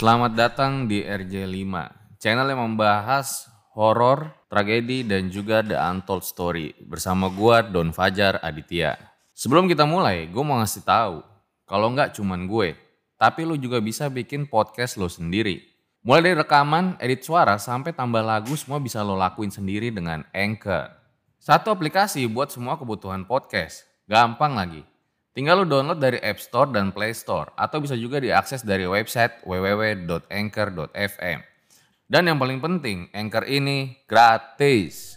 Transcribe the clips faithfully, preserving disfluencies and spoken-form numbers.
Selamat datang di R J lima, channel yang membahas horor, tragedi, dan juga The Untold Story. Bersama gua Don Fajar Aditya. Sebelum kita mulai, gue mau ngasih tahu kalau nggak cuman gue, tapi lu juga bisa bikin podcast lo sendiri. Mulai dari rekaman, edit suara, sampai tambah lagu semua bisa lo lakuin sendiri dengan Anchor. Satu aplikasi buat semua kebutuhan podcast. Gampang lagi. Tinggal lu download dari App Store dan Play Store atau bisa juga diakses dari website w w w dot anchor dot f m. Dan yang paling penting, Anchor ini gratis.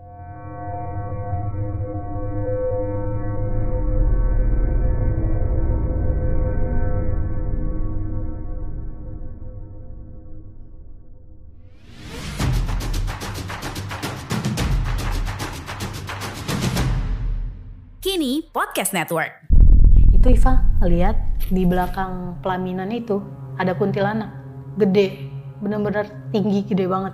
Kini Podcast Network. Itu Iva ngeliat di belakang pelaminan itu ada kuntilanak gede, bener-bener tinggi, gede banget.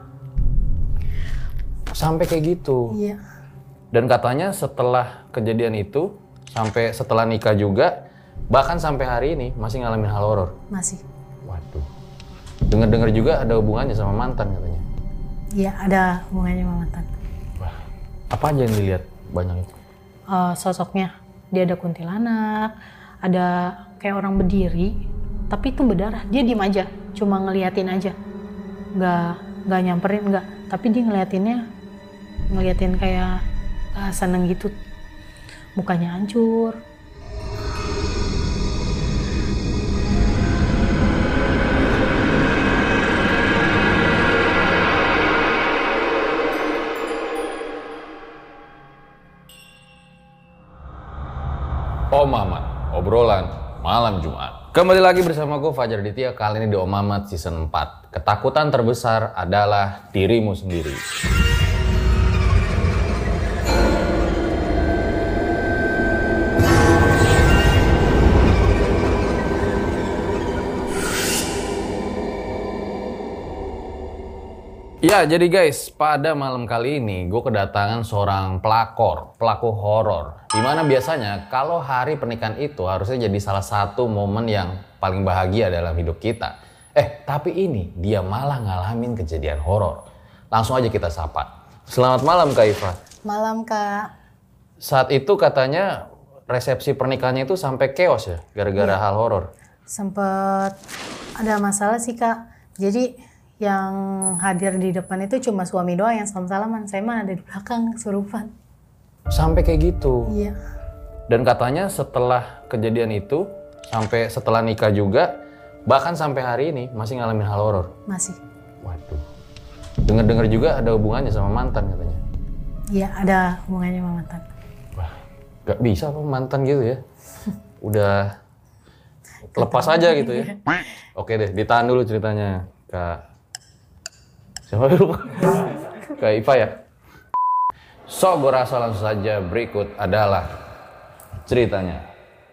Sampai kayak gitu. Iya. Dan katanya setelah kejadian itu sampai setelah nikah juga, bahkan sampai hari ini masih ngalamin hal horor. Masih. Waduh. Dengar-dengar juga ada hubungannya sama mantan katanya. Iya, ada hubungannya sama mantan. Wah, apa aja yang dilihat banyak itu? Uh, sosoknya dia ada kuntilanak, ada kayak orang berdiri, tapi itu berdarah. Dia diem aja, cuma ngeliatin aja, nggak nggak nyamperin, nggak. Tapi dia ngeliatinnya, ngeliatin kayak uh, seneng gitu, mukanya hancur. Om Mamat, obrolan malam Jumat. Kembali lagi bersama gue Fajar Aditya, kali ini di Om Mamat season empat. Ketakutan terbesar adalah dirimu sendiri. Ya, jadi guys, pada malam kali ini gue kedatangan seorang pelakor, pelaku horor. Dimana biasanya kalau hari pernikahan itu harusnya jadi salah satu momen yang paling bahagia dalam hidup kita. Eh, tapi ini dia malah ngalamin kejadian horor. Langsung aja kita sapa. Selamat malam Kak Iva. Malam Kak. Saat itu katanya resepsi pernikahannya itu sampai chaos ya, gara-gara Iya. hal horor. Sempet ada masalah sih Kak. Jadi yang hadir di depan itu cuma suami doang yang salam-salaman. Saya mah ada di belakang kesurupan. Sampai kayak gitu. Iya. Dan katanya setelah kejadian itu, sampai setelah nikah juga, bahkan sampai hari ini masih ngalamin hal horor. Masih. Waduh. Dengar-dengar juga ada hubungannya sama mantan katanya. Iya, ada hubungannya sama mantan. Wah, gak bisa apa mantan gitu ya. Udah lepas aja gitu ya. Oke deh, ditahan dulu ceritanya, Kak. Siapa dulu? Kak Iva ya? So, gue rasa langsung saja berikut adalah ceritanya.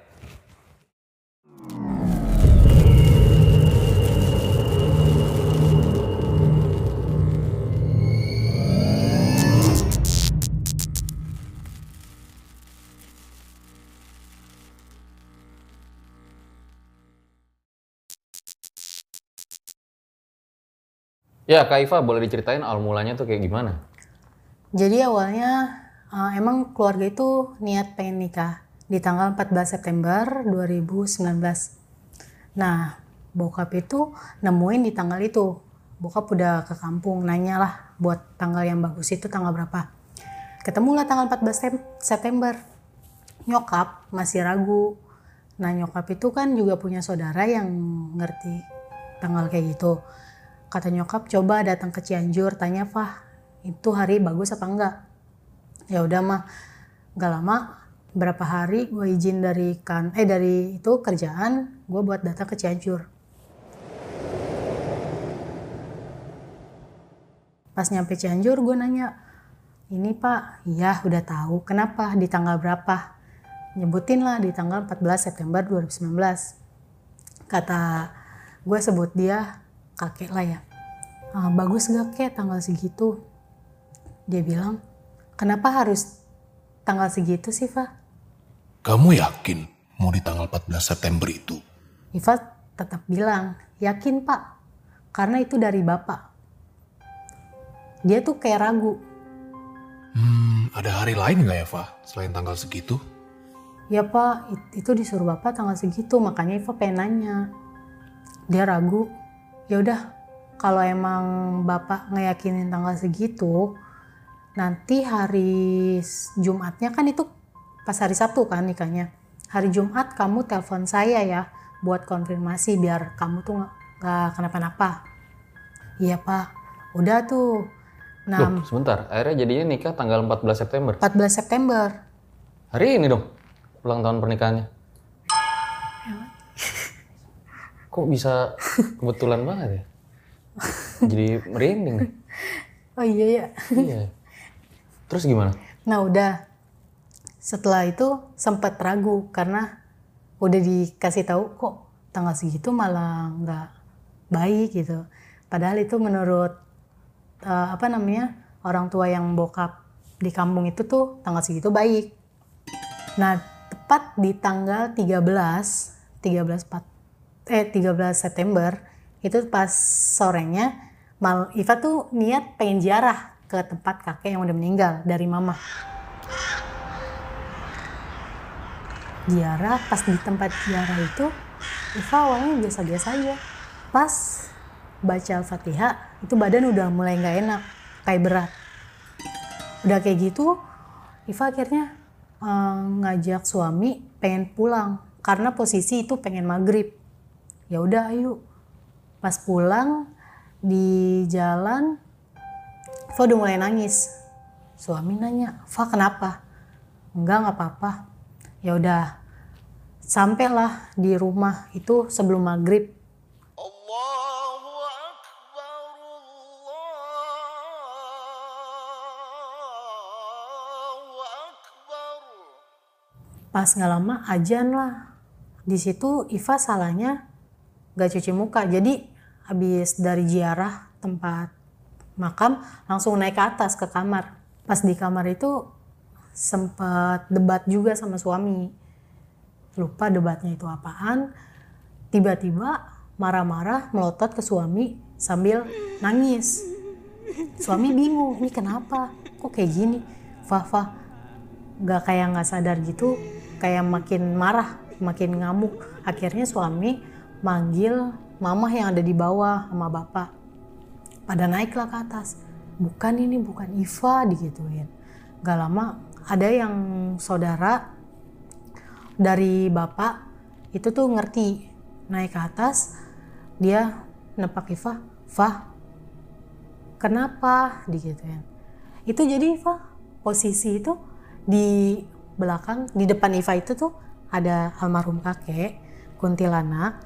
Ya, Kak Iva, boleh diceritain awal mulanya tuh kayak gimana? Jadi awalnya uh, emang keluarga itu niat pengen nikah di tanggal empat belas September dua ribu sembilan belas. Nah, bokap itu nemuin di tanggal itu. Bokap udah ke kampung, nanya lah buat tanggal yang bagus itu tanggal berapa. Ketemulah tanggal empat belas September. Nyokap masih ragu. Nah, nyokap itu kan juga punya saudara yang ngerti tanggal kayak gitu. Kata nyokap, coba datang ke Cianjur, tanya Fah, itu hari bagus apa enggak? Ya udah mah, gak lama, berapa hari gue izin dari kan, eh dari itu kerjaan, gue buat datang ke Cianjur. Pas nyampe Cianjur, gue nanya, ini Pak, iya udah tahu, kenapa di tanggal berapa? Nyebutin lah di tanggal empat belas September dua ribu sembilan belas. Kata gue sebut dia kakek lah ya. Ah, bagus gak kek tanggal segitu? Dia bilang, kenapa harus tanggal segitu sih, Fa? Kamu yakin mau di tanggal empat belas September itu? Iva tetap bilang, yakin Pak. karena itu dari bapak. Dia tuh kayak ragu. Hmm, ada hari lain nggak ya, Fa? Selain tanggal segitu? Ya pak, itu disuruh bapak tanggal segitu, makanya Iva pengen nanya. Dia ragu. Ya udah, kalau emang bapak ngeyakinin tanggal segitu, nanti hari Jumatnya kan itu pas hari Sabtu kan nikahnya. Hari Jumat kamu telepon saya ya buat konfirmasi biar kamu tuh nggak kenapa-napa. Iya pak, udah tuh. Nah, Loh, sebentar, akhirnya jadinya nikah tanggal empat belas September. empat belas September. Hari ini dong, ulang tahun pernikahannya. Kok bisa kebetulan banget ya? Jadi merinding nih. Oh iya ya. Iya. Terus gimana? Nah udah, setelah itu sempat ragu karena udah dikasih tahu kok tanggal segitu malah nggak baik gitu. Padahal itu menurut uh, apa namanya orang tua yang bokap di kampung itu tuh tanggal segitu baik. Nah tepat di tanggal tiga belas September itu pas sorenya mal Iva tuh niat pengen ziarah ke tempat kakek yang udah meninggal dari mama. Ziarah, pas di tempat ziarah itu Iva awalnya biasa-biasa aja. Pas baca Al-Fatihah itu badan udah mulai nggak enak, kayak berat. Udah kayak gitu Iva akhirnya um, ngajak suami pengen pulang karena posisi itu pengen maghrib. Ya udah ayo. Pas pulang di jalan Iva udah mulai nangis. Suami nanya, "Fa kenapa?" "Enggak, enggak apa-apa." Ya udah, sampailah di rumah itu sebelum maghrib. Allahu Akbar, Allahu Akbar. Pas nggak lama ajan lah. Di situ Iva salahnya nggak cuci muka. Jadi habis dari ziarah tempat makam langsung naik ke atas ke kamar. Pas di kamar itu sempat debat juga sama suami. Lupa debatnya itu apaan. Tiba-tiba marah-marah melotot ke suami sambil nangis. Suami bingung, ini kenapa? Kok kayak gini? Fafa gak kayak gak sadar gitu, kayak makin marah, makin ngamuk. Akhirnya suami manggil mama yang ada di bawah sama bapak. Pada naiklah ke atas. Bukan ini, bukan Iva, digituin. Gak lama ada yang saudara dari bapak itu tuh ngerti, naik ke atas, dia nepak Iva, "Fa, kenapa?" digituin. Itu jadi Iva posisi itu di belakang, di depan Iva itu tuh ada almarhum kakek, kuntilanak,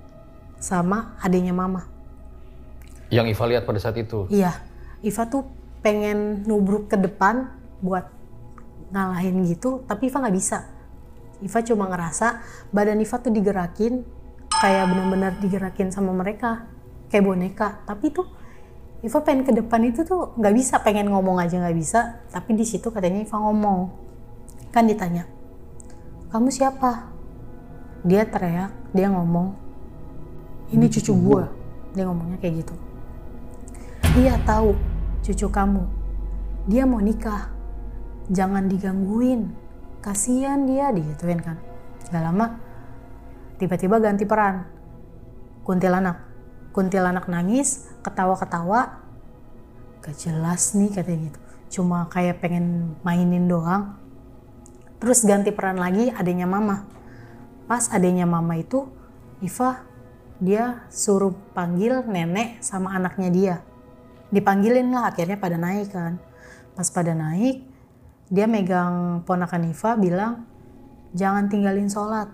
sama adiknya mama. Yang Iva lihat pada saat itu? Iya, Iva tuh pengen nubruk ke depan buat ngalahin gitu, tapi Iva nggak bisa. Iva cuma ngerasa badan Iva tuh digerakin, kayak benar-benar digerakin sama mereka, kayak boneka. Tapi tuh Iva pengen ke depan itu tuh nggak bisa, pengen ngomong aja nggak bisa. Tapi di situ katanya Iva ngomong, kan ditanya, "Kamu siapa?" Dia teriak, dia ngomong, "Ini cucu gua." Dia ngomongnya kayak gitu. "Iya tahu, cucu kamu. Dia mau nikah. Jangan digangguin. Kasihan dia," digituin kan. Gak lama, tiba-tiba ganti peran. Kuntilanak. Kuntilanak nangis, ketawa-ketawa. Gak jelas nih katanya gitu. Cuma kayak pengen mainin doang. Terus ganti peran lagi adiknya mama. Pas adiknya mama itu, Iva, dia suruh panggil nenek sama anaknya dia. Dipanggilin lah, akhirnya pada naik kan. Pas pada naik, dia megang ponakan Iva bilang, "Jangan tinggalin sholat.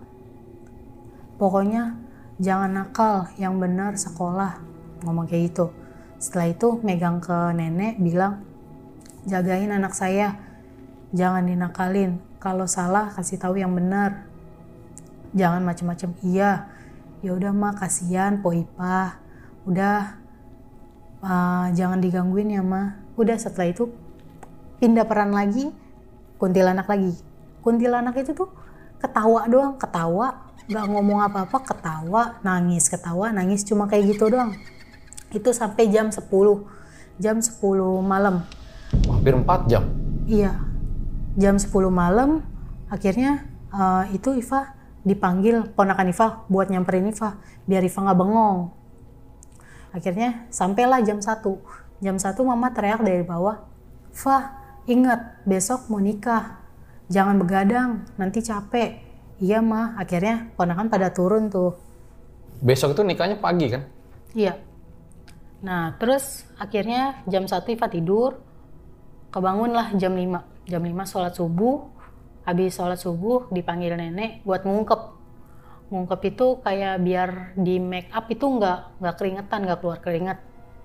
Pokoknya jangan nakal, yang benar sekolah." Ngomong kayak gitu. Setelah itu megang ke nenek bilang, "Jagain anak saya. Jangan dinakalin. Kalau salah kasih tahu yang benar. Jangan macem-macem." "Iya. Ya udah mah, kasihan po Ipa. Udah uh, jangan digangguin ya mah." Udah, setelah itu pindah peran lagi, kuntilanak lagi. Kuntilanak itu tuh ketawa doang, ketawa, gak ngomong apa-apa, ketawa, nangis, ketawa, nangis, cuma kayak gitu doang. Itu sampai jam sepuluh. Jam sepuluh malam. Hampir empat jam. Iya. Jam sepuluh malam akhirnya uh, itu Iva dipanggil ponakan Iva buat nyamperin Iva biar Iva nggak bengong. Akhirnya sampailah jam satu. Jam satu mama teriak dari bawah, "Fa, ingat besok mau nikah. Jangan begadang, nanti capek." Iya mah, akhirnya ponakan pada turun tuh. Besok itu nikahnya pagi kan? Iya. Nah, terus akhirnya jam satu Iva tidur, kebangunlah jam lima. Jam lima sholat subuh, habis sholat subuh dipanggil nenek buat ngungkep. Ngungkep itu kayak biar di make up itu nggak nggak keringetan, nggak keluar keringat.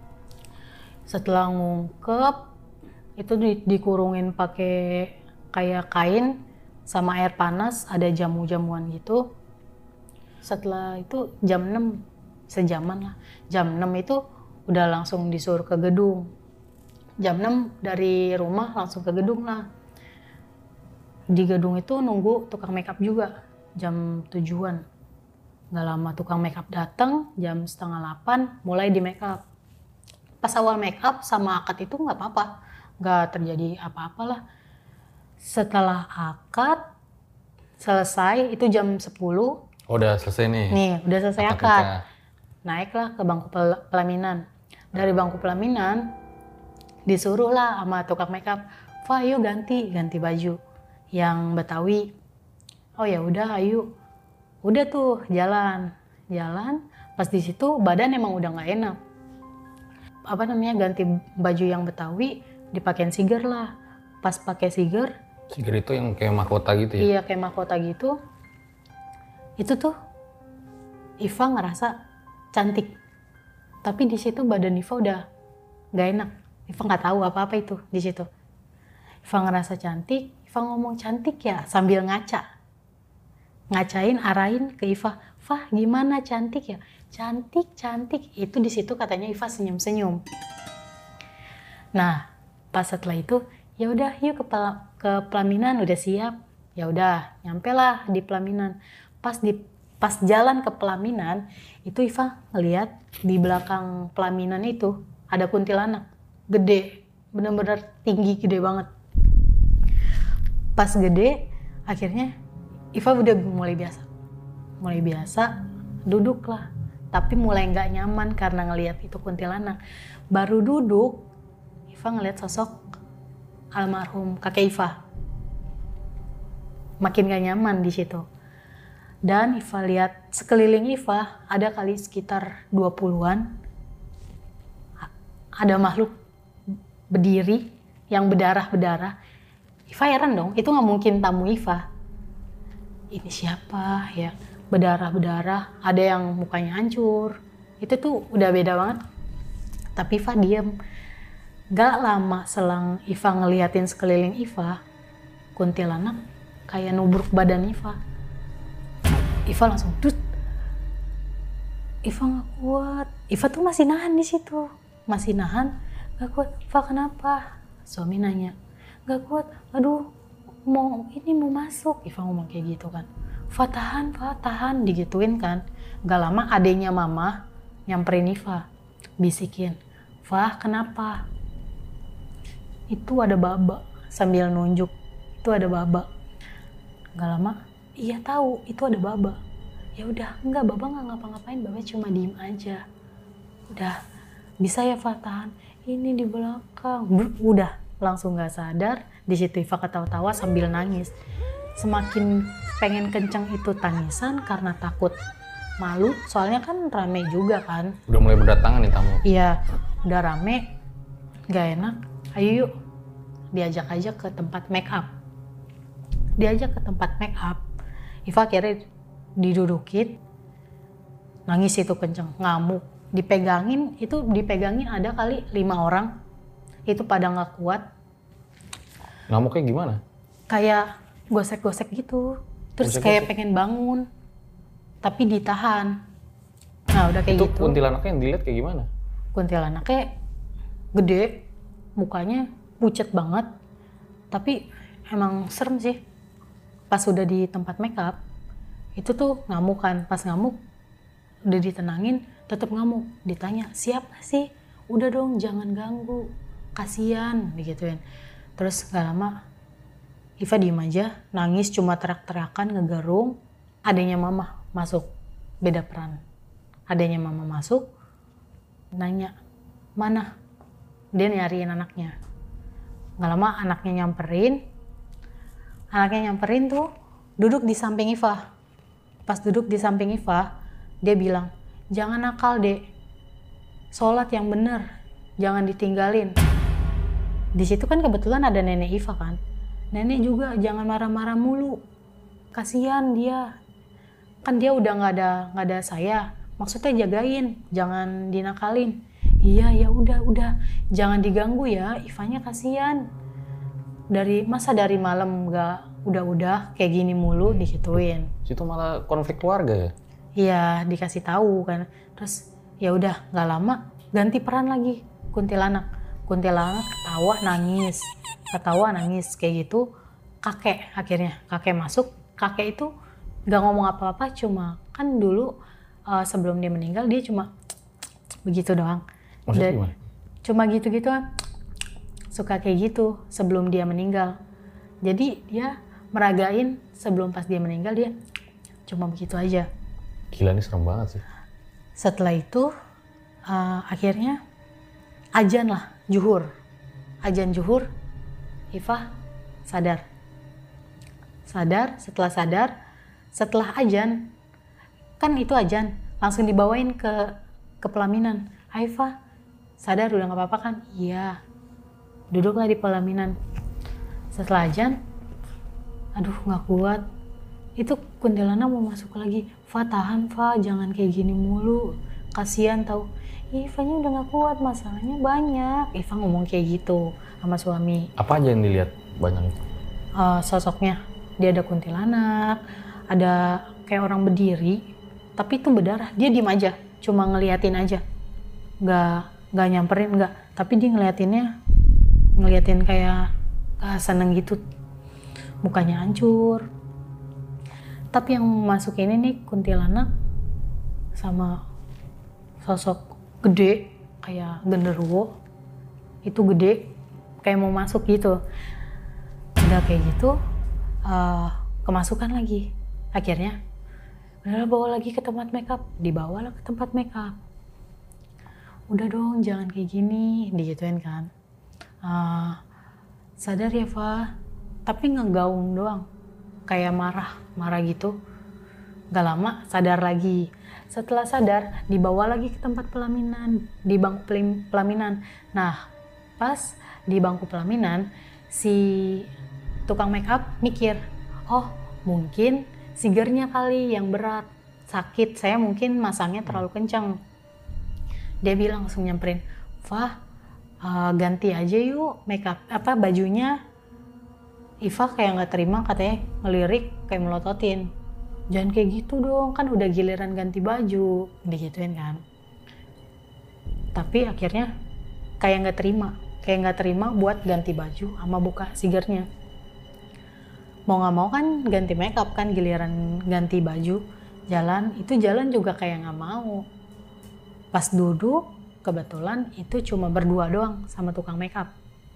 Setelah ngungkep, itu di, dikurungin pakai kayak kain sama air panas, ada jamu-jamuan gitu. Setelah itu jam enam, sejaman lah. Jam enam itu udah langsung disuruh ke gedung. Jam enam dari rumah langsung ke gedung lah. Di gedung itu nunggu tukang makeup juga, jam tujuan. Gak lama tukang makeup datang, jam setengah delapan mulai di makeup. Pas awal makeup sama akad itu nggak apa-apa, nggak terjadi apa-apalah. Setelah akad selesai itu jam sepuluh. Oh, udah selesai nih. Nih, udah selesai Akad akad. nikah. Naiklah ke bangku pel- pelaminan. Dari bangku pelaminan disuruhlah sama tukang makeup, "Fa, ayo ganti, ganti baju yang Betawi." Oh ya udah, ayo. Udah tuh jalan, jalan. Pas di situ badan emang udah nggak enak. Apa namanya, ganti baju yang Betawi, dipakein siger lah. Pas pakai siger, Siger itu yang kayak mahkota gitu ya? iya kayak mahkota gitu. Itu tuh Iva ngerasa cantik. Tapi di situ badan Iva udah nggak enak. Iva nggak tahu apa-apa itu di situ. Iva ngerasa cantik, Iva ngomong cantik ya sambil ngaca. Ngacain, arahin ke Iva, "Fah, gimana cantik ya?" Cantik, cantik. Itu di situ katanya Iva senyum-senyum. Nah, pas setelah itu, ya udah yuk ke, pel- ke pelaminan, udah siap. Ya udah, nyampe lah di pelaminan. Pas di pas jalan ke pelaminan, itu Iva ngeliat di belakang pelaminan itu ada kuntilanak gede, bener-bener tinggi, gede banget. Pas gede, akhirnya Iva udah mulai biasa, mulai biasa, duduk lah. Tapi mulai nggak nyaman karena ngelihat itu kuntilanak. Baru duduk, Iva ngeliat sosok almarhum kakek Iva. Makin gak nyaman di situ. Dan Iva lihat sekeliling Iva ada kali sekitar dua puluhan. Ada makhluk berdiri yang berdarah-berdarah. Iva heran dong, itu nggak mungkin tamu Iva. Ini siapa ya? Berdarah-berdarah, ada yang mukanya hancur. Itu tuh udah beda banget. Tapi Iva diem. Gak lama selang Iva ngeliatin sekeliling Iva, kuntilanak kayak nubruk badan Iva. Iva langsung dut. Iva gak kuat. Iva tuh masih nahan di situ, masih nahan. Gak kuat. Iva kenapa? Suami nanya. Gak kuat. Aduh, mau ini mau masuk. Iva ngomong kayak gitu kan. Fa tahan, Fa tahan, digituin kan. Gak lama adenya mama nyamperin Iva, bisikin, "Fa, kenapa?" Itu ada baba, sambil nunjuk. Itu ada baba. Gak lama, "Iya tahu, itu ada baba." Ya udah, enggak, baba nggak ngapa-ngapain, baba cuma diem aja. Udah, bisa ya Fa tahan. Ini di belakang. Udah, langsung nggak sadar. Di situ Iva ketawa-tawa sambil nangis. Semakin pengen kenceng itu tangisan karena takut malu, soalnya kan rame juga kan. Udah mulai berdatangan nih tamu. Iya, udah rame, gak enak. Ayo yuk, diajak aja ke tempat make up. Diajak ke tempat make up. Iva akhirnya didudukin, nangis itu kenceng, ngamuk. Dipegangin, itu dipegangin ada kali lima orang. Itu pada gak kuat. Ngamuknya gimana? Kayak gosek-gosek gitu. Terus Gosek-gosek. kayak pengen bangun, tapi ditahan. Nah udah kayak Itu gitu. kuntilanaknya yang dilihat kayak gimana? Kuntilanaknya gede, mukanya pucet banget, tapi emang serem sih. Pas udah di tempat make up, itu tuh ngamuk kan. Pas ngamuk, udah ditenangin, tetap ngamuk. Ditanya, siapa sih? Udah dong, jangan ganggu, kasihan, digituin. Terus gak lama Iva diem aja, nangis, cuma teriak-teriakan, ngegarung. Adanya mama masuk, beda peran. Adanya mama masuk, nanya, mana? Dia nyariin anaknya. Gak lama anaknya nyamperin, anaknya nyamperin tuh duduk di samping Iva. Pas duduk di samping Iva, dia bilang, jangan nakal dek, sholat yang bener, jangan ditinggalin. Di situ kan kebetulan ada nenek Iva kan, nenek juga jangan marah-marah mulu, kasihan dia, kan dia udah nggak ada nggak ada saya, maksudnya jagain, jangan dinakalin. Iya ya udah udah, jangan diganggu ya, Ivanya kasihan. Dari masa dari malam nggak udah-udah kayak gini mulu digituin. Situ malah konflik keluarga ya? Iya, dikasih tahu kan. Terus ya udah nggak lama ganti peran lagi, kuntilanak. Kuntilanak ketawa nangis, ketawa nangis kayak gitu. Kakek akhirnya, kakek masuk. Kakek itu nggak ngomong apa-apa, cuma kan dulu uh, sebelum dia meninggal dia cuma begitu doang. Maksudnya Dan gimana? cuma gitu-gitu kan, suka kayak gitu sebelum dia meninggal. Jadi dia meragain sebelum pas dia meninggal dia cuma begitu aja. Gila, ini serem banget sih. Setelah itu uh, akhirnya azan lah, zuhur. Azan zuhur, Iva sadar. Sadar, setelah sadar, setelah azan, kan itu azan, langsung dibawain ke ke pelaminan. Iva sadar udah gak apa-apa kan? Iya. Duduklah di pelaminan. Setelah azan, aduh gak kuat. Itu kuntilanak mau masuk lagi. Fa tahan Fa, jangan kayak gini mulu, kasihan tau. Ivanya udah gak kuat, masalahnya banyak. Iva ngomong kayak gitu sama suami. Apa aja yang dilihat banyak itu? Uh, sosoknya, dia ada kuntilanak, ada kayak orang berdiri, tapi itu berdarah. Dia diem aja, cuma ngeliatin aja, gak, gak nyamperin, gak. Tapi dia ngeliatinnya, ngeliatin kayak uh, seneng gitu, mukanya hancur. Tapi yang masuk ini nih kuntilanak sama sosok gede kayak genderuwo, itu gede kayak mau masuk gitu. Udah kayak gitu uh, kemasukan lagi. Akhirnya udah bawa lagi ke tempat makeup, dibawalah ke tempat makeup. Udah dong jangan kayak gini, digituin kan. Uh, sadar ya Fa, tapi ngegaung doang, kayak marah, marah gitu. Gak lama sadar lagi. Setelah sadar, dibawa lagi ke tempat pelaminan, di bangku pelaminan. Nah, pas di bangku pelaminan, si tukang make up mikir, oh mungkin sigernya kali yang berat, sakit, saya mungkin masangnya terlalu kencang. Dia bilang langsung nyamperin, Fa, uh, ganti aja yuk make up, apa bajunya. Iva kayak nggak terima, katanya ngelirik kayak melototin. Jangan kayak gitu dong, kan udah giliran ganti baju, digituin kan. Tapi akhirnya kayak nggak terima, kayak nggak terima buat ganti baju sama buka sigernya. Mau nggak mau kan ganti makeup kan, giliran ganti baju, jalan itu jalan juga kayak nggak mau. Pas duduk kebetulan itu cuma berdua doang sama tukang makeup.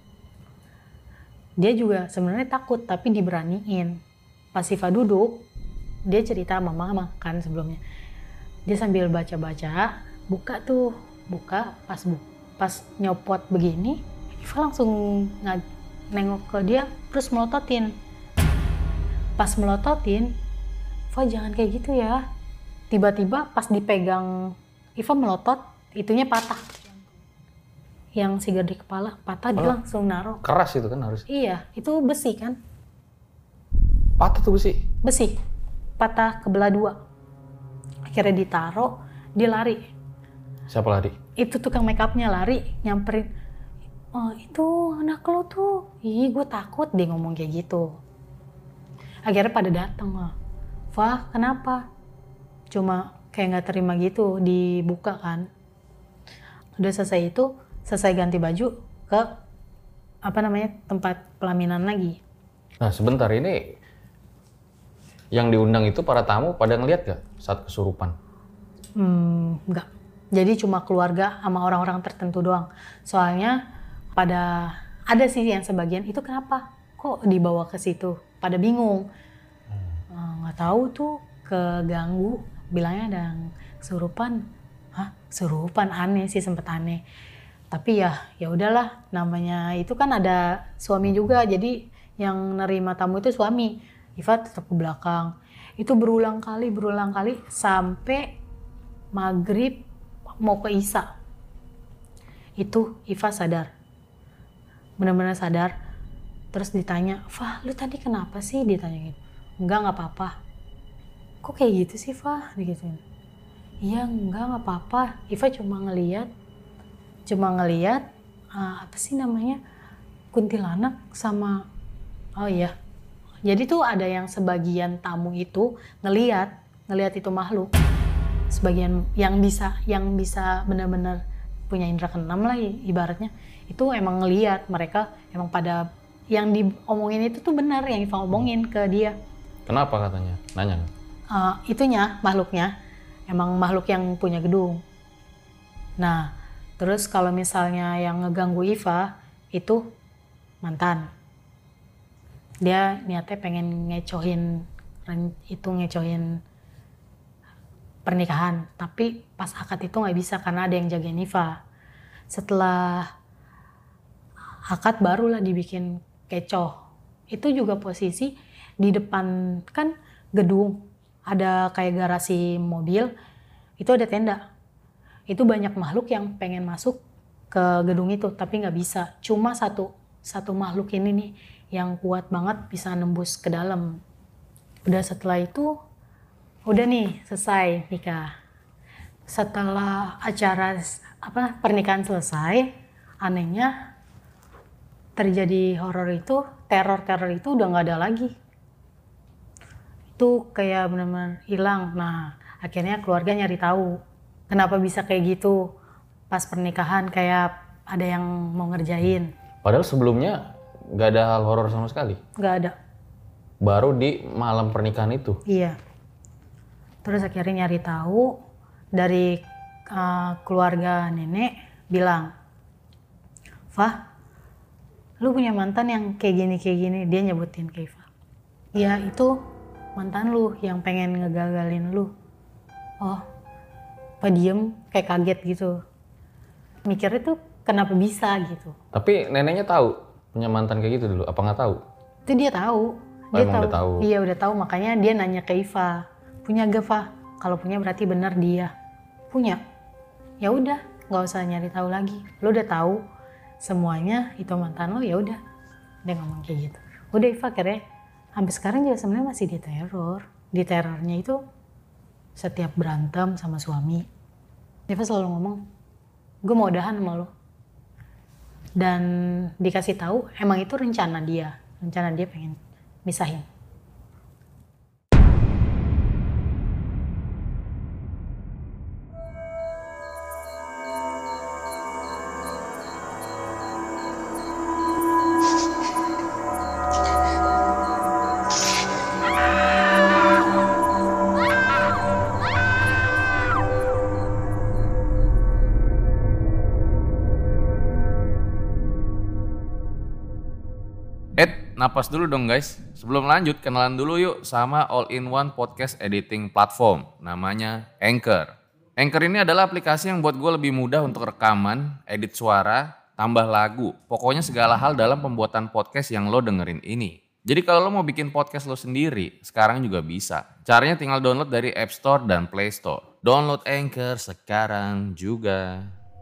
Dia juga sebenarnya takut tapi diberaniin. Pas Iva duduk, dia cerita sama mama kan sebelumnya. Dia sambil baca-baca, buka tuh, buka pas bu, pas nyopot begini, Iva langsung nengok ke dia terus melototin. Pas melototin, Iva jangan kayak gitu ya. Tiba-tiba pas dipegang, Iva melotot, itunya patah. Yang sigar di kepala patah, dia Oh, langsung naruh. keras itu kan harus. Iya, itu besi kan? Patah tuh besi. Besi, patah kebelah dua. Akhirnya ditaruh, dia lari. Siapa lari? Itu tukang make upnya lari, nyamperin. Oh itu anak lo tuh. Ih gue takut dia ngomong kayak gitu. Akhirnya pada datang lah. Wah kenapa? Cuma kayak gak terima gitu, dibuka kan. Udah selesai itu, selesai ganti baju ke apa namanya tempat pelaminan lagi. Nah sebentar, ini yang diundang itu para tamu pada ngeliat gak saat kesurupan? Hmm, enggak. Jadi cuma keluarga sama orang-orang tertentu doang. Soalnya pada ada sih yang sebagian itu kenapa kok dibawa ke situ, pada bingung. Nggak hmm. tahu tuh keganggu, bilangnya ada yang kesurupan. Hah, kesurupan, aneh sih, sempet aneh. Tapi ya ya udahlah, namanya itu kan ada suami juga, jadi yang nerima tamu itu suami. Iva tetap ke belakang. Itu berulang kali, berulang kali sampai maghrib mau ke Isya. Itu Iva sadar. Benar-benar sadar. Terus ditanya, "Fah, lu tadi kenapa sih?" Ditanya gitu. "Enggak, enggak apa-apa." "Kok kayak gitu sih, Fah?" Digituin. "Iya, enggak, enggak apa-apa. Iva cuma ngeliat, cuma ngeliat uh, apa sih namanya? Kuntilanak sama oh iya." Jadi tuh ada yang sebagian tamu itu ngeliat, ngeliat itu makhluk. Sebagian yang bisa yang bisa benar-benar punya indera keenam lah ibaratnya, itu emang ngeliat, mereka emang pada yang diomongin itu tuh benar yang Iva omongin ke dia. Kenapa katanya? Nanya. Uh, itunya makhluknya emang makhluk yang punya gedung. Nah, terus kalau misalnya yang ngeganggu Iva itu mantan. Dia niatnya pengen ngecohin itu ngecohin pernikahan, tapi pas akad itu nggak bisa karena ada yang jagain Iva. Setelah akad barulah dibikin kecoh. Itu juga posisi di depan kan gedung, ada kayak garasi mobil, itu ada tenda. Itu banyak makhluk yang pengen masuk ke gedung itu, tapi nggak bisa. Cuma satu satu makhluk ini nih yang kuat banget bisa nembus ke dalam. Udah setelah itu udah nih selesai nikah. Setelah acara apa pernikahan selesai, anehnya terjadi horor itu, teror-teror itu udah nggak ada lagi. Itu kayak benar-benar hilang. Nah, akhirnya keluarga nyari tahu kenapa bisa kayak gitu. Pas pernikahan kayak ada yang mau ngerjain. Padahal sebelumnya nggak ada hal horor sama sekali. Nggak ada. Baru di malam pernikahan itu. Iya. Terus akhirnya nyari tahu dari uh, keluarga nenek bilang, "Fah, lu punya mantan yang kayak gini kayak gini." Dia nyebutin ke Iva. "Iya, itu mantan lu yang pengen ngegagalin lu." Oh, apa diem kayak kaget gitu. Mikirnya tuh kenapa bisa gitu. Tapi neneknya tahu punya mantan kayak gitu dulu, apa nggak tahu? Itu dia tahu. Oh, Dia emang tahu. udah tahu. Iya udah tahu, makanya dia nanya ke Iva, "Punya gak, Fa?" Kalau punya berarti benar dia. Punya. Ya udah, nggak usah nyari tahu lagi. Lo udah tahu semuanya itu mantan lo, ya udah. Dia ngomong kayak gitu. Udah Iva akhirnya sampai sekarang juga sebenarnya masih diteror. Di terornya itu setiap berantem sama suami, Iva selalu ngomong, "Gue mau udahan sama lo." Dan dikasih tahu emang itu rencana dia. Rencana dia pengen misahin. Eh, napas dulu dong guys. Sebelum lanjut, kenalan dulu yuk sama all-in-one podcast editing platform. Namanya Anchor. Anchor ini adalah aplikasi yang buat gue lebih mudah untuk rekaman, edit suara, tambah lagu. Pokoknya segala hal dalam pembuatan podcast yang lo dengerin ini. Jadi kalau lo mau bikin podcast lo sendiri, sekarang juga bisa. Caranya tinggal download dari App Store dan Play Store. Download Anchor sekarang juga.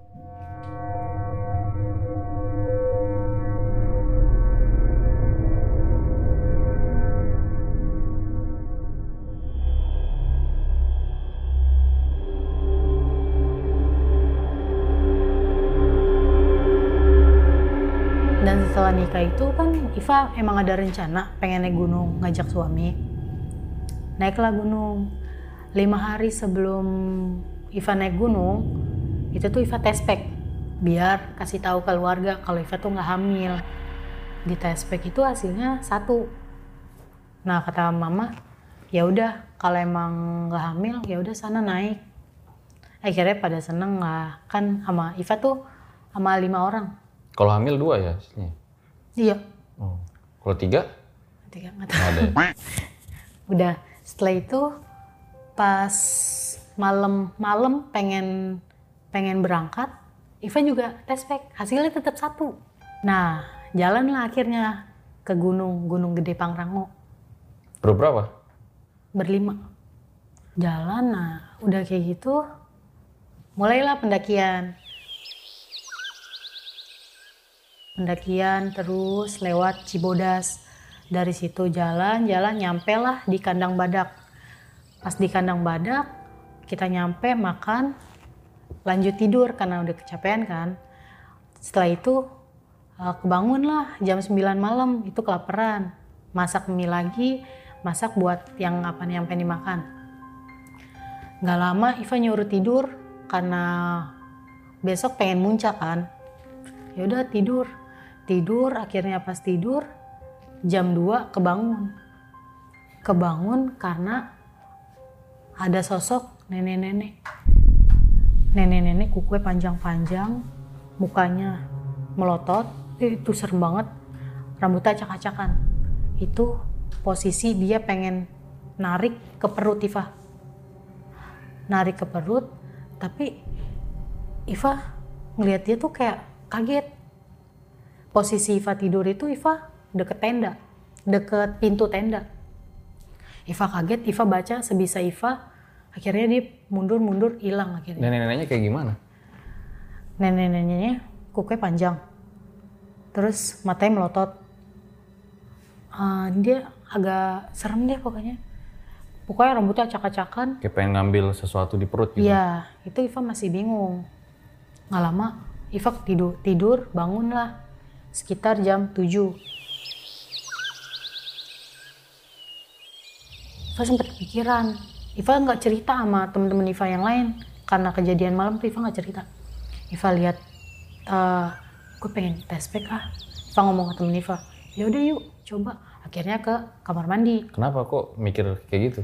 Dan setelah nikah itu kan Iva emang ada rencana pengen naik gunung, ngajak suami. Naiklah gunung. Lima hari sebelum Iva naik gunung, itu tuh Iva tes pack. Biar kasih tahu keluarga kalau Iva tuh nggak hamil. Di tes pack itu hasilnya satu. Nah kata mama, ya udah kalau emang nggak hamil ya udah sana naik. Akhirnya pada seneng lah, kan sama Iva tuh sama lima orang. Kalau hamil dua ya istrinya? Iya. Oh. Kalau tiga? Tiga nggak Nggak tahu. ada. Udah setelah itu pas malam-malam pengen pengen berangkat, Iva juga tes pack, hasilnya tetap satu. Nah jalanlah akhirnya ke gunung, Gunung Gede Pangrango. Berberapa? Berlima. Jalan, nah udah kayak gitu, mulailah pendakian. Pendakian terus lewat Cibodas. Dari situ jalan-jalan nyampe lah di Kandang Badak. Pas di Kandang Badak, kita nyampe makan, lanjut tidur karena udah kecapean kan. Setelah itu kebangun lah jam sembilan malam, itu kelaparan. Masak mie lagi, masak buat yang apa yang pengen dimakan. Gak lama Iva nyuruh tidur karena besok pengen muncak kan. Yaudah tidur, tidur akhirnya pas tidur jam dua kebangun. Kebangun karena ada sosok nenek-nenek. Nenek-nenek kukunya panjang-panjang, mukanya melotot, itu serem banget, rambutnya acak-acakan. Itu posisi dia pengen narik ke perut Iva. Narik ke perut, tapi Iva ngeliat dia tuh kayak kaget. Posisi Iva tidur itu Iva deket tenda, deket pintu tenda. Iva kaget, Iva baca sebisa Iva, akhirnya dia mundur-mundur hilang akhirnya. Nenek-neneknya kayak gimana? Nenek-neneknya kukunya panjang, terus matanya melotot. Uh, dia agak serem deh pokoknya. Pokoknya rambutnya acak-acakan. Kayak pengen ngambil sesuatu di perut gitu? Iya, itu Iva masih bingung. Nggak lama, Iva tidur, tidur bangun lah sekitar jam tujuh. Iva sempat kepikiran. Iva nggak cerita sama temen-temen Iva yang lain. Karena kejadian malam tuh Iva nggak cerita. Iva lihat, uh, gue pengen tes pack ah. Iva ngomong ke temen Iva, yaudah yuk coba. Akhirnya ke kamar mandi. Kenapa kok mikir kayak gitu?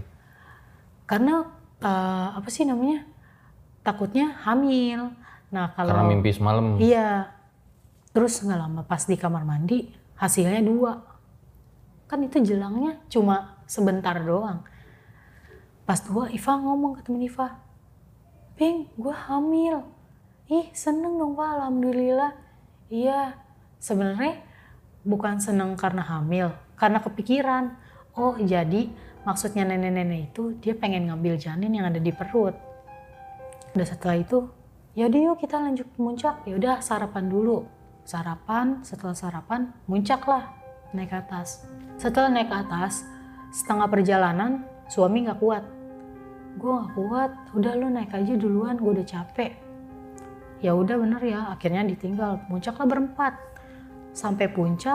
Karena uh, apa sih namanya, takutnya hamil. Nah kalau Karena mimpi semalam? Iya. Terus nggak lama pas di kamar mandi hasilnya dua. Kan itu jelangnya cuma sebentar doang. Pas dua Iva ngomong ke temen Iva, Ping, gue hamil. Ih seneng dong Pak, alhamdulillah. Iya, sebenarnya bukan seneng karena hamil, karena kepikiran. Oh jadi maksudnya nenek-nenek itu dia pengen ngambil janin yang ada di perut. Udah setelah itu, yaudah yuk kita lanjut muncak. Yaudah sarapan dulu. Sarapan, setelah sarapan muncak lah naik ke atas. Setelah naik ke atas, setengah perjalanan suami nggak kuat. Gue nggak kuat, udah lu naik aja duluan, gue udah capek. Ya udah bener ya, akhirnya ditinggal. Muncaklah berempat. Sampai puncak,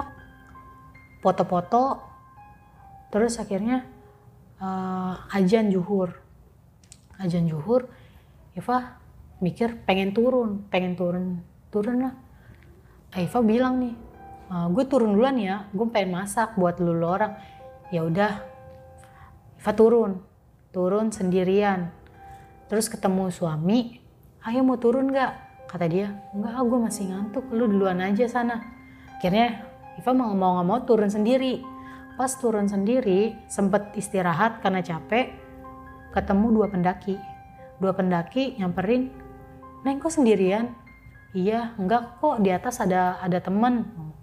foto-foto, terus akhirnya uh, ajan zuhur. Ajan zuhur, Iva mikir pengen turun, pengen turun, turun lah. Iva bilang nih, uh, gue turun duluan ya, gue pengen masak buat lu orang. Ya udah, Iva turun, turun sendirian. Terus ketemu suami, ayo mau turun nggak? Kata dia, enggak, gue masih ngantuk, lu duluan aja sana. Akhirnya Iva mau mau nggak mau turun sendiri. Pas turun sendiri, sempet istirahat karena capek. Ketemu dua pendaki. Dua pendaki nyamperin, Neng kok sendirian? Iya, enggak kok di atas ada ada temen.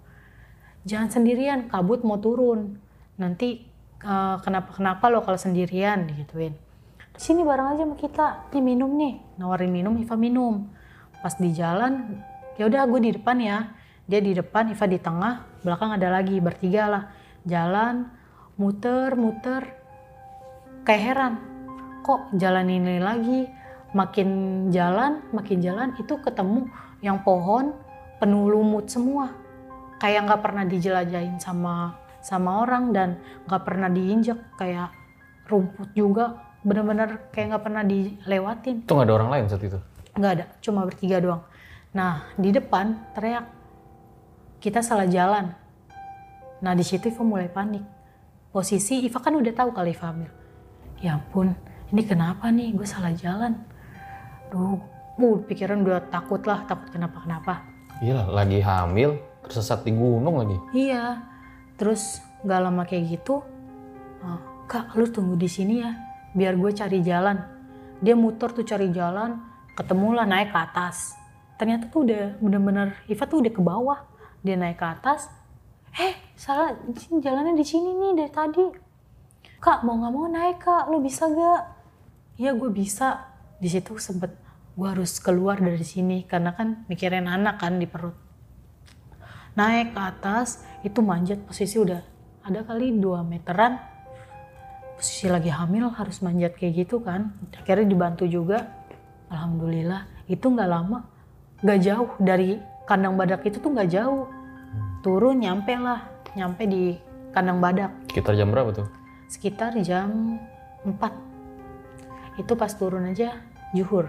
Jangan sendirian, kabut mau turun. Nanti uh, kenapa kenapa lo kalau sendirian digituin. Di sini bareng aja sama kita. Nih minum nih, nawarin minum, Iva minum. Pas di jalan, ya udah gue di depan ya. Dia di depan, Iva di tengah, belakang ada lagi, bertiga lah. Jalan, muter-muter, kayak heran. Kok jalan ini lagi, makin jalan, makin jalan, itu ketemu yang pohon penuh lumut semua. Kayak nggak pernah dijelajahin sama sama orang dan nggak pernah diinjak, kayak rumput juga, bener-bener kayak nggak pernah dilewatin. Itu nggak ada orang lain saat itu? Nggak ada, cuma bertiga doang. Nah di depan teriak, kita salah jalan. Nah di situ Iva mulai panik. Posisi Iva kan udah tahu kalau Iva hamil. Ya ampun, ini kenapa nih gue salah jalan. Aduh, uh, pikiran udah takut lah, takut kenapa-kenapa. Iya, lagi hamil, tersesat di gunung lagi. Iya, terus gak lama kayak gitu, "Ah, Kak lu tunggu di sini ya, biar gue cari jalan." Dia muter tuh cari jalan, ketemulah naik ke atas. Ternyata tuh udah bener-bener, Iva tuh udah ke bawah. Dia naik ke atas, eh salah, jalannya di sini nih dari tadi. "Kak mau gak mau naik kak, lu bisa gak?" "Iya gue bisa." Di situ sempet gue harus keluar dari sini karena kan mikirin anak kan di perut. Naik ke atas, itu manjat posisi udah ada kali dua meteran. Posisi lagi hamil harus manjat kayak gitu kan. Akhirnya dibantu juga. Alhamdulillah, itu gak lama, gak jauh dari kandang badak itu tuh gak jauh. Turun nyampe lah, nyampe di kandang badak. Sekitar jam berapa tuh? Sekitar jam empat. Itu pas turun aja zuhur.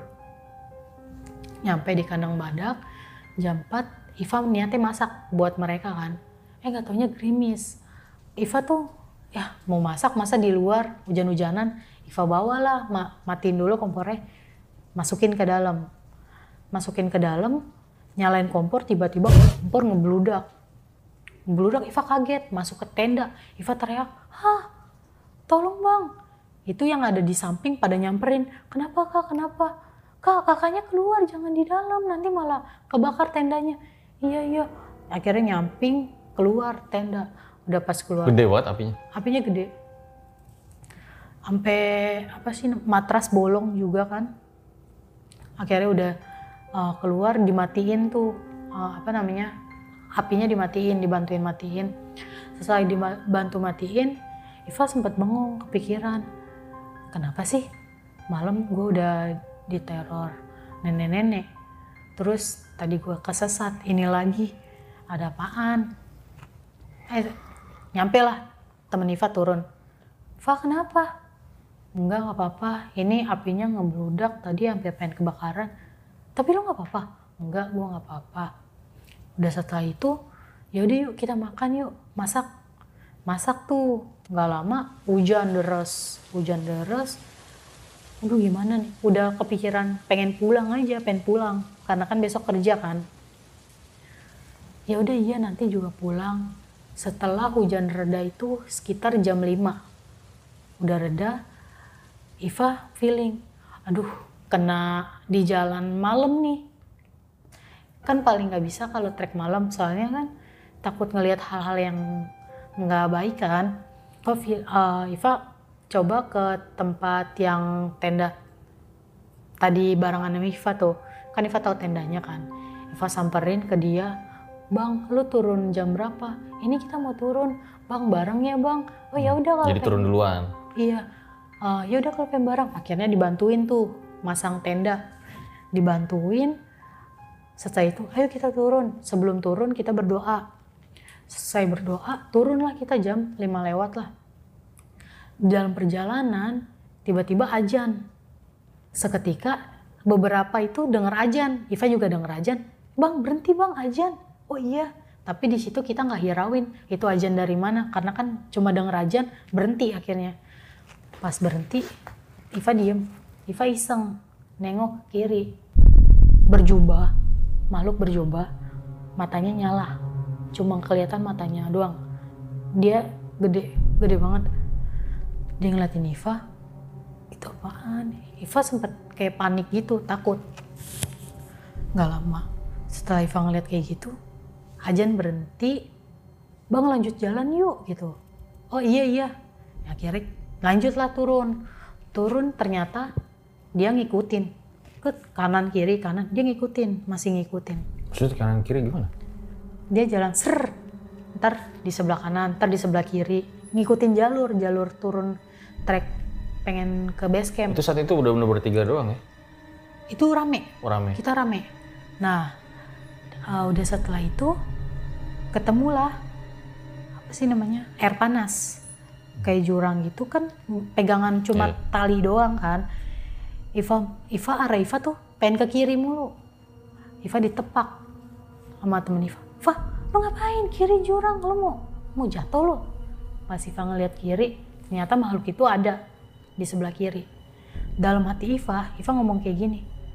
Nyampe di kandang badak, jam empat, Iva niatnya masak buat mereka kan. Eh gak taunya gerimis. Iva tuh ya mau masak masa di luar hujan-hujanan. Iva bawalah, ma matiin dulu kompornya, masukin ke dalam. Masukin ke dalam, nyalain kompor, tiba-tiba kompor ngebludak. Ngebludak, Iva kaget, masuk ke tenda. Iva teriak, "Hah, tolong bang." Itu yang ada di samping pada nyamperin, "Kenapa kak, kenapa? Kak, kakaknya keluar, jangan di dalam, nanti malah kebakar tendanya." "Iya, iya." Akhirnya nyamping, keluar tenda. Udah pas keluar. Gede banget apinya? Apinya gede. Sampai apa sih, matras bolong juga kan. Akhirnya udah uh, keluar, dimatiin tuh, uh, apa namanya, apinya dimatiin, dibantuin matiin. Setelah dibantu matiin, Iva sempat bengong, kepikiran. Kenapa sih malam gue udah diteror nenek-nenek, terus tadi gue kesesat, ini lagi ada apaan? Eh nyampe lah temen Iva turun. "Va kenapa?" "Enggak, nggak apa-apa, ini apinya ngebludak tadi hampir pengen kebakaran." "Tapi lo nggak apa-apa?" "Enggak, gue nggak apa-apa." Udah setelah itu, yaudah yuk kita makan yuk, masak. Masak tuh, nggak lama hujan deras, hujan deras. Aduh gimana nih, udah kepikiran pengen pulang aja, pengen pulang. Karena kan besok kerja kan. Ya udah iya nanti juga pulang. Setelah hujan reda itu sekitar jam lima. Udah reda, Iva feeling, aduh kena di jalan malam nih. Kan paling nggak bisa kalau trek malam, soalnya kan takut ngelihat hal-hal yang nggak baik kan. Oh, uh, Iva coba ke tempat yang tenda tadi barengan sama Iva tuh, kan Iva tahu tendanya kan. Iva samperin ke dia, "Bang, lu turun jam berapa?" "Ini kita mau turun." "Bang, bareng ya bang." "Oh ya udah kalau jadi turun duluan." Iya, uh, ya udah kalau pengen bareng. Akhirnya dibantuin tuh masang tenda, dibantuin. Setelah itu, ayo kita turun. Sebelum turun kita berdoa. Selesai berdoa, turunlah kita jam lima lewat lah. Dalam perjalanan, tiba-tiba azan. Seketika beberapa itu dengar azan. Iva juga dengar azan. "Bang, berhenti bang, azan." "Oh iya." Tapi di situ kita nggak hirauin itu azan dari mana, karena kan cuma dengar azan, berhenti akhirnya. Pas berhenti, Iva diem. Iva iseng, nengok kiri. Berjubah, makhluk berjubah, matanya nyala. Cuma kelihatan matanya doang. Dia gede, gede banget. Dia ngeliatin Iva, itu apaan? Iva sempet kayak panik gitu, takut. Gak lama, setelah Iva ngeliat kayak gitu, azan berhenti. "Bang lanjut jalan yuk," gitu. "Oh iya iya." Akhirnya lanjutlah turun. Turun ternyata dia ngikutin. Ke kanan kiri kanan, dia ngikutin, masih ngikutin. Maksudnya kanan kiri gimana? Dia jalan ser, ntar di sebelah kanan, ntar di sebelah kiri, ngikutin jalur, jalur turun trek pengen ke base camp. Itu saat itu udah bener bertiga doang ya? Itu rame, Oh, rame. kita rame. Nah, uh, udah setelah itu ketemulah apa sih namanya, air panas, kayak jurang gitu kan, pegangan cuma Yeah. tali doang kan. Iva, Iva arah Iva tuh pengen ke kiri mulu. Iva ditepak sama temen Iva. "Iva, lo ngapain? Kiri jurang, lo mau mau jatuh lo." Pas Iva ngeliat kiri, ternyata makhluk itu ada di sebelah kiri. Dalam hati Iva, Iva ngomong kayak gini,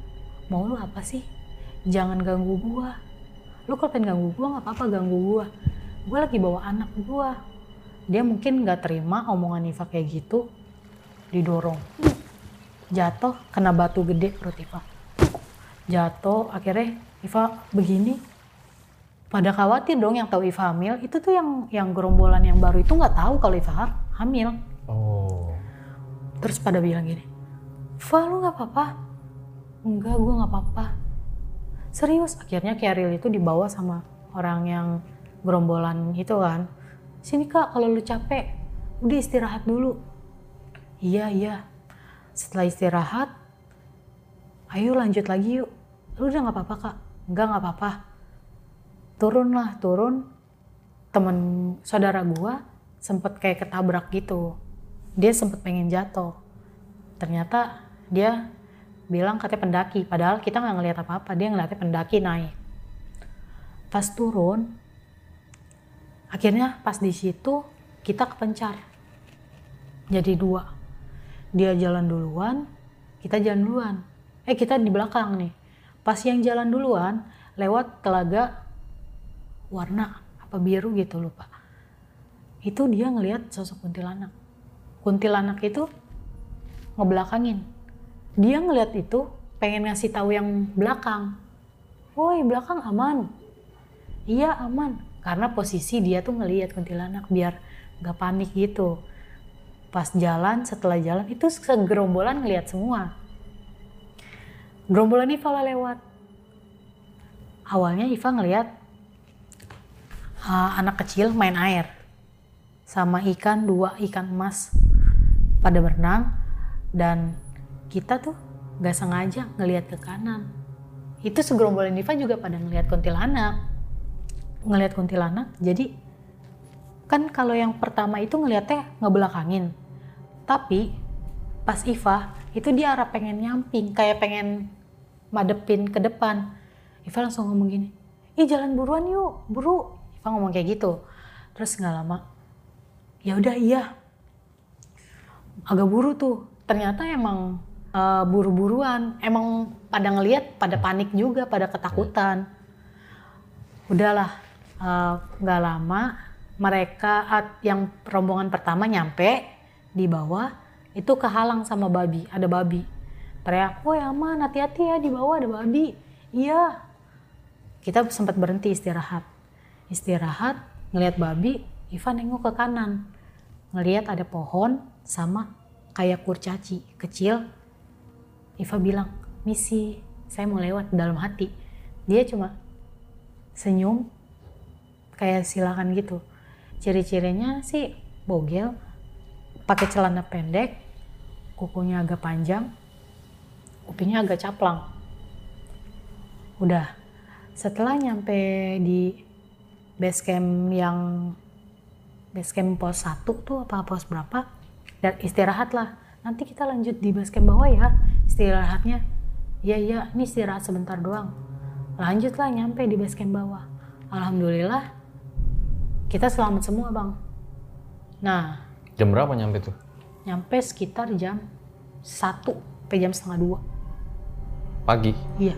mau lu apa sih? Jangan ganggu gua. Lu kalau pengen ganggu gua nggak apa-apa, ganggu gua. Gua lagi bawa anak gua. Dia mungkin nggak terima omongan Iva kayak gitu, didorong, jatuh kena batu gede perut Iva. Jatuh, akhirnya Iva begini. Pada khawatir dong yang tahu Iva hamil. Itu tuh yang yang gerombolan yang baru itu nggak tahu kalau Iva hamil. Oh. Terus pada bilang gini, "Va, lu nggak apa-apa?" "Enggak, gue nggak apa-apa." Serius, akhirnya Keril itu dibawa sama orang yang gerombolan itu kan. "Sini Kak, kalau lu capek, udah istirahat dulu." "Iya, iya." Setelah istirahat, "Ayo lanjut lagi yuk." "Lu udah nggak apa-apa Kak?" "Enggak, nggak apa-apa." Turunlah, turun. Temen saudara gua sempet kayak ketabrak gitu. Dia sempet pengen jatuh. Ternyata dia bilang katanya pendaki, padahal kita nggak ngelihat apa-apa. Dia ngeliatnya pendaki naik. Pas turun, akhirnya pas di situ kita kepencar. Jadi dua. Dia jalan duluan, kita jalan duluan. Eh kita di belakang nih. Pas yang jalan duluan lewat telaga warna apa biru gitu lupa. Itu dia ngelihat sosok kuntilanak. Kuntilanak itu ngebelakangin. Dia ngelihat itu pengen ngasih tahu yang belakang. "Woi, belakang aman." "Iya aman." Karena posisi dia tuh ngelihat kuntilanak biar gak panik gitu. Pas jalan, setelah jalan itu segerombolan ngelihat semua. Gerombolan Iva lewat. Awalnya Iva ngelihat uh, anak kecil main air sama ikan, dua ikan emas pada berenang, dan kita tuh gak sengaja ngelihat ke kanan. Itu segerombolan Iva juga pada ngelihat kuntilanak. Ngelihat kuntilanak, jadi kan kalau yang pertama itu ngelihatnya ngebelakangin. Tapi pas Iva itu dia arah pengen nyamping, kayak pengen madepin ke depan. Iva langsung ngomong gini, "Ih jalan buruan yuk, buru." Iva ngomong kayak gitu. Terus nggak lama, "Ya udah iya." Agak buru tuh. Ternyata emang uh, buru-buruan. Emang pada ngelihat, pada panik juga, pada ketakutan. Udahlah, nggak uh, lama mereka yang rombongan pertama nyampe di bawah itu kehalang sama babi. Ada babi. Teriak, "Woi aman, hati-hati ya, di bawah ada babi." "Iya." Kita sempat berhenti istirahat. Istirahat, ngelihat babi, Iva nengok ke kanan. Ngelihat ada pohon sama kayak kurcaci kecil. Iva bilang, "Misi, saya mau lewat." Dalam hati. Dia cuma senyum, kayak silakan gitu. Ciri-cirinya sih bogel, pakai celana pendek, kukunya agak panjang, kupingnya agak caplang. Udah, setelah nyampe di base camp yang base camp pos satu tuh apa pos berapa, dan istirahat lah. "Nanti kita lanjut di base camp bawah ya istirahatnya." "Iya iya, ini istirahat sebentar doang." Lanjutlah nyampe di base camp bawah. Alhamdulillah kita selamat semua bang. Nah, jam berapa nyampe tuh? Nyampe sekitar jam satu sampai jam setengah dua pagi. Iya.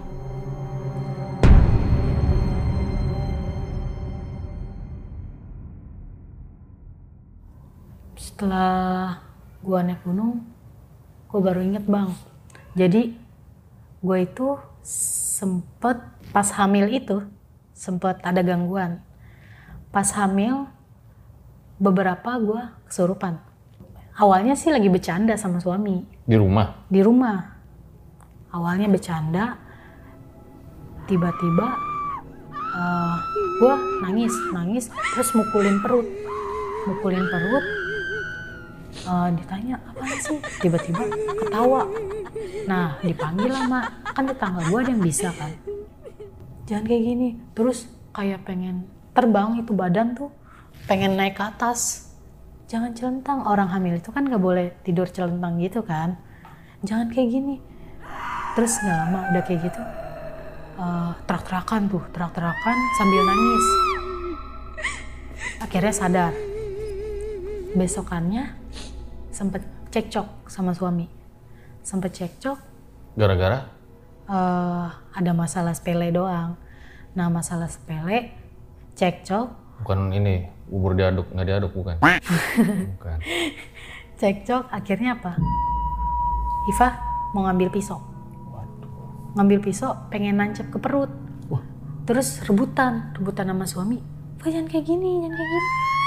Setelah gua naik gunung, gua baru inget bang. Jadi gua itu sempet pas hamil itu sempet ada gangguan. Pas hamil beberapa gua kesurupan. Awalnya sih lagi bercanda sama suami. Di rumah? Di rumah. Awalnya bercanda, tiba-tiba uh, gue nangis, nangis, terus mukulin perut. Mukulin perut, uh, ditanya, "Apa sih?" Tiba-tiba ketawa. Nah, dipanggil lah mak, kan tetangga gue ada yang bisa kan. "Jangan kayak gini." Terus kayak pengen terbang itu badan tuh, pengen naik ke atas. "Jangan celentang, orang hamil itu kan gak boleh tidur celentang gitu kan. Jangan kayak gini." Terus gak lama udah kayak gitu, uh, terak-terakan tuh, terak-terakan sambil nangis. Akhirnya sadar. Besokannya sempet cekcok sama suami. Sempet cekcok. Gara-gara? eh, ada masalah sepele doang. Nah masalah sepele, cekcok, Bukan ini, bubur diaduk, nggak diaduk bukan? Bukan. cekcok akhirnya apa? Iva mau ngambil pisau. Ngambil pisau pengen nancep ke perut. Terus rebutan, rebutan sama suami. Iva jangan kayak gini, jangan kayak gini.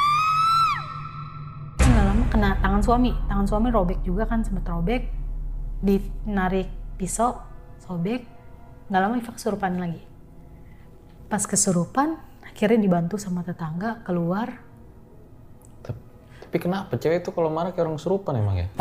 Nggak lama kena tangan suami, tangan suami robek juga kan, sempet robek. Dinarik pisau, sobek. Nggak lama Iva kesurupan lagi. Pas kesurupan, akhirnya dibantu sama tetangga keluar. Tapi, tapi kenapa cewek itu kalau marah kayak orang kesurupan emang ya?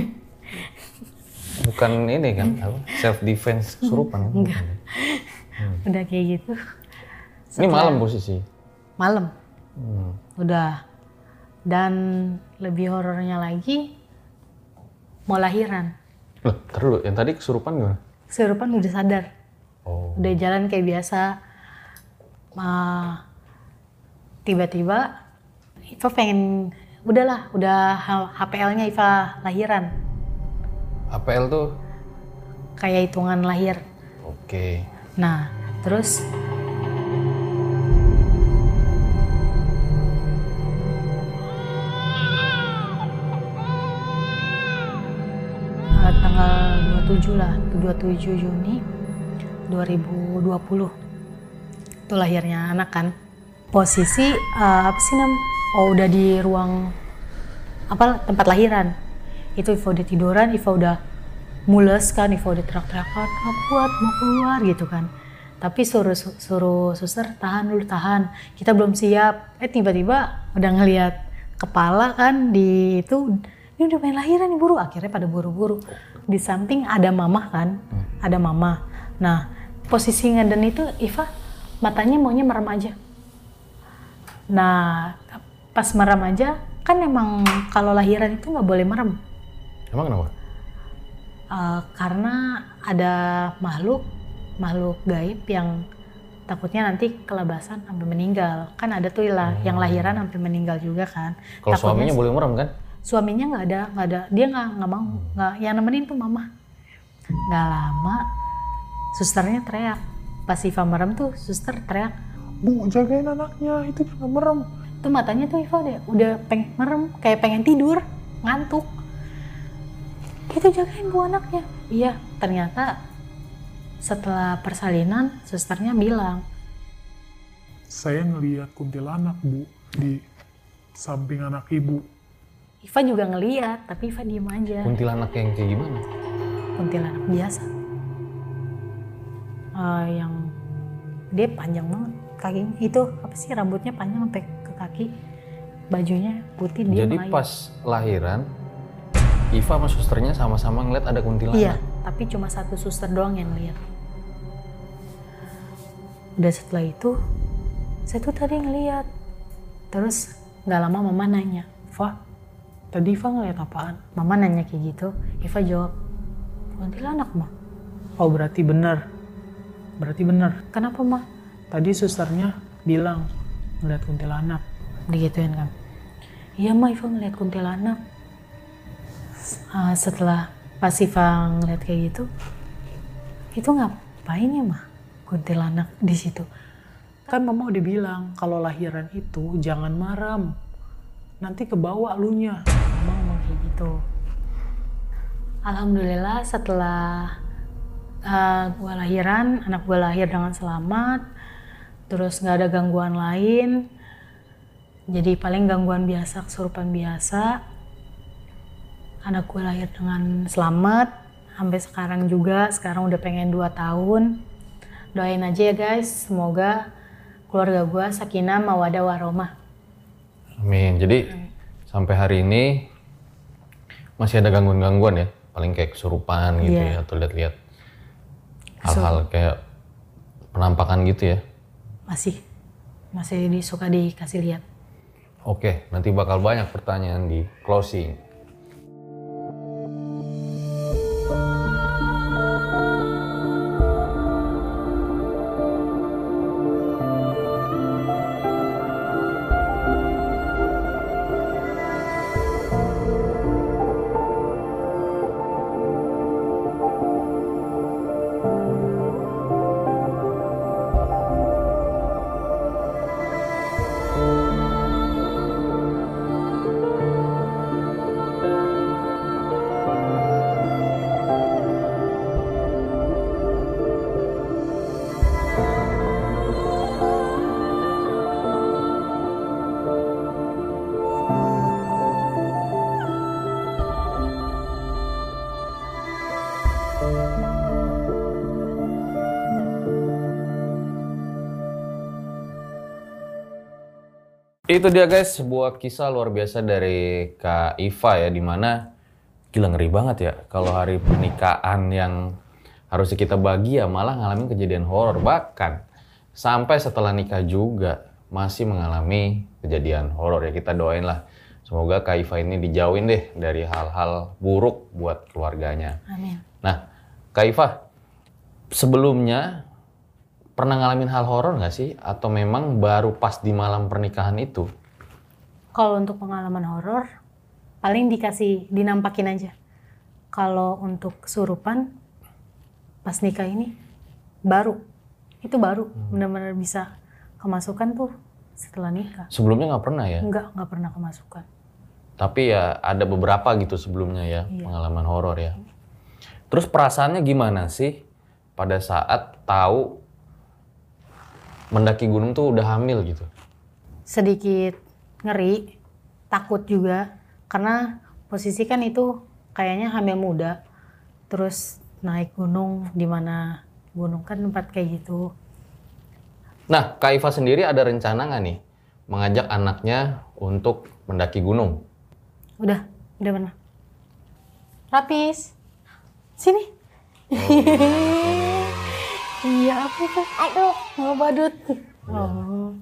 Bukan ini kan, apa? Self defense kesurupan. Enggak. Hmm. Udah kayak gitu. Ini malam posisi. Malam. Hmm. Udah. Dan lebih horornya lagi, mau lahiran. Loh, ntar dulu, yang tadi kesurupan gimana? Kesurupan udah sadar. Oh. Udah jalan kayak biasa. Ma, tiba-tiba Iva pengen, udahlah, udah H P L-nya Iva lahiran. H P L tuh? Kayak hitungan lahir. Oke. Nah, terus uh, tanggal dua puluh tujuh lah, dua puluh tujuh Juni dua ribu dua puluh. Itu lahirnya anak kan. Posisi uh, apa sih nam? Oh udah di ruang apa tempat lahiran. Itu Iva udah tiduran, Iva udah mules kan, Iva udah teriak-teriakan, nggak kuat mau keluar gitu kan. Tapi suruh suruh suster tahan dulu tahan, kita belum siap. Eh tiba-tiba udah ngelihat kepala kan di itu, ini udah main lahiran nih buru. Akhirnya pada buru-buru. Di samping ada mamah kan, ada mamah. Nah posisi ngeden itu Iva matanya maunya merem aja. Nah pas merem aja kan emang kalau lahiran itu nggak boleh merem. Emang kenapa? Uh, karena ada makhluk makhluk gaib yang takutnya nanti kelabasan sampai meninggal. Kan ada tuh lah hmm. yang lahiran sampai meninggal juga kan. Kalau Takutnya suaminya boleh merem kan? Suaminya nggak ada, nggak ada. Dia nggak nggak mau. Nggak. Yang nemenin tuh mama. Nggak lama, susternya teriak. Pas Iva merem tuh, suster teriak, Bu, jagain anaknya, itu jangan merem. tuh matanya tuh Iva udah, udah pengen merem, kayak pengen tidur, ngantuk. Itu jagain bu anaknya. Iya, ternyata setelah persalinan, susternya bilang, Saya ngeliat kuntilanak, Bu, di samping anak ibu. Iva juga ngeliat, tapi Iva diem aja. Kuntilanak yang kayak gimana? Kuntilanak biasa. Uh, yang dia panjang banget kakinya. Itu apa sih, rambutnya panjang sampai ke kaki. Bajunya putih, dia Jadi melayang. pas lahiran, Iva sama susternya sama-sama ngeliat ada kuntilanak? Iya, tapi cuma satu suster doang yang lihat. Udah setelah itu, saya tuh tadi ngeliat. Terus nggak lama mama nanya, "Va, tadi Iva ngeliat apaan?" Mama nanya kayak gitu, Iva jawab, "Kuntilanak, Ma." Oh, berarti bener. Berarti bener. "Kenapa, Ma?" Tadi susternya bilang ngeliat kuntilanak. Digituin kan. "Iya, Ma, Iva ngeliat kuntilanak." Uh, setelah pas Iva ngeliat kayak gitu, itu ngapain ya, Ma, kuntilanak di situ? Kan mama udah bilang kalau lahiran itu jangan merem. Nanti kebawa lunya. Mama ngomong kayak gitu. Alhamdulillah setelah uh, gue lahiran, anak gue lahir dengan selamat, terus nggak ada gangguan lain. Jadi paling gangguan biasa, kesurupan biasa. Anak gue lahir dengan selamat, sampai sekarang juga, sekarang udah pengen dua tahun. Doain aja ya guys, semoga keluarga gue sakinah mawadah warohmah. Amin. Jadi hmm. sampai hari ini masih ada gangguan-gangguan ya? Paling kayak kesurupan gitu yeah. ya, atau lihat-lihat hal-hal kayak penampakan gitu ya? Masih, masih suka dikasih lihat. Oke, nanti bakal banyak pertanyaan di closing. Itu dia guys, sebuah kisah luar biasa dari Kak Iva ya, dimana gila ngeri banget ya kalau hari pernikahan yang harusnya kita bahagia malah ngalamin kejadian horor, bahkan sampai setelah nikah juga masih mengalami kejadian horor ya. Kita doain lah semoga Kak Iva ini dijauhin deh dari hal-hal buruk buat keluarganya. Amin. Nah, Kak Iva, sebelumnya pernah ngalamin hal horor nggak sih? Atau memang baru pas di malam pernikahan itu? Kalau untuk pengalaman horor, paling dikasih dinampakin aja. Kalau untuk kesurupan, pas nikah ini baru, itu baru benar-benar bisa kemasukan tuh setelah nikah. Sebelumnya nggak pernah ya? Enggak, nggak pernah kemasukan. Tapi ya ada beberapa gitu sebelumnya ya, Iya. pengalaman horor ya. Terus perasaannya gimana sih pada saat tahu mendaki gunung tuh udah hamil gitu? Sedikit ngeri, takut juga, karena posisi kan itu kayaknya hamil muda, terus naik gunung, di mana gunung kan tempat kayak gitu. Nah, Kak Iva sendiri ada rencana nggak nih mengajak anaknya untuk mendaki gunung? Udah, udah pernah. Rapis, sini. Iya, apa tuh? Aduh, mau badut. Oh.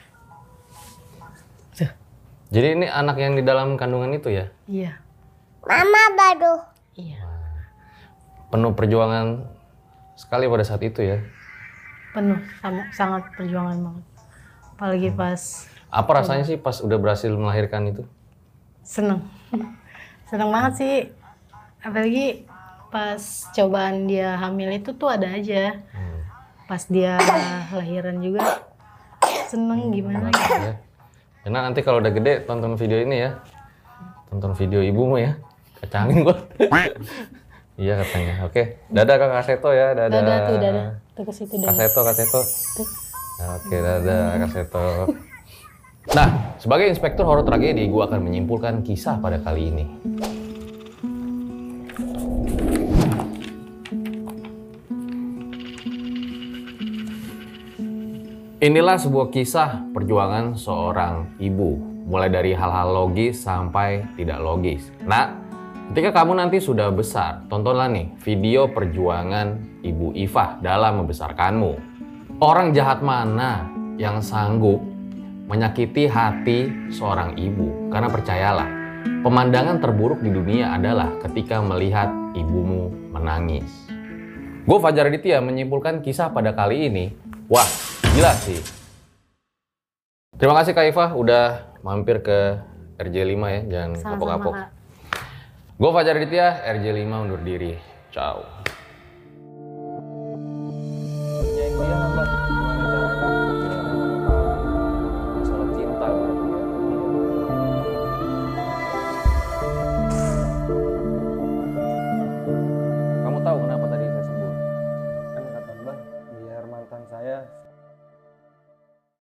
Jadi ini anak yang di dalam kandungan itu ya? Iya. Mama baru. Iya. Penuh perjuangan sekali pada saat itu ya? Penuh, sama, sangat perjuangan banget. Apalagi pas Apa rasanya sih pas udah berhasil melahirkan itu? seneng. Seneng banget sih. Apalagi pas cobaan dia hamil itu tuh ada aja. Pas dia lahiran juga seneng gimana gitu. Ya. Karena nanti kalau udah gede tonton video ini ya. Tonton video ibumu ya. Kacangin gua. Iya katanya. Oke. Dadah Kak Seto ya. Dadah. Dadah tuh, dadah. Tuh ke situ Kak dadah. Seto, Kak Seto. Tuh. Oke, dadah Kak Seto. Nah, sebagai inspektur horor tragedi, gue akan menyimpulkan kisah pada kali ini. Inilah sebuah kisah perjuangan seorang ibu, mulai dari hal-hal logis sampai tidak logis. Nah, ketika kamu nanti sudah besar, tontonlah nih video perjuangan Ibu Iva dalam membesarkanmu. Orang jahat mana yang sanggup menyakiti hati seorang ibu? Karena percayalah, pemandangan terburuk di dunia adalah ketika melihat ibumu menangis. Gue Fajar Aditya menyimpulkan kisah pada kali ini. Wah, gila sih. Terima kasih Kak Iva udah mampir ke R J lima ya, jangan Sama-sama, kapok-kapok. Kak. Gue Fajar Aditya, R J lima undur diri. Ciao.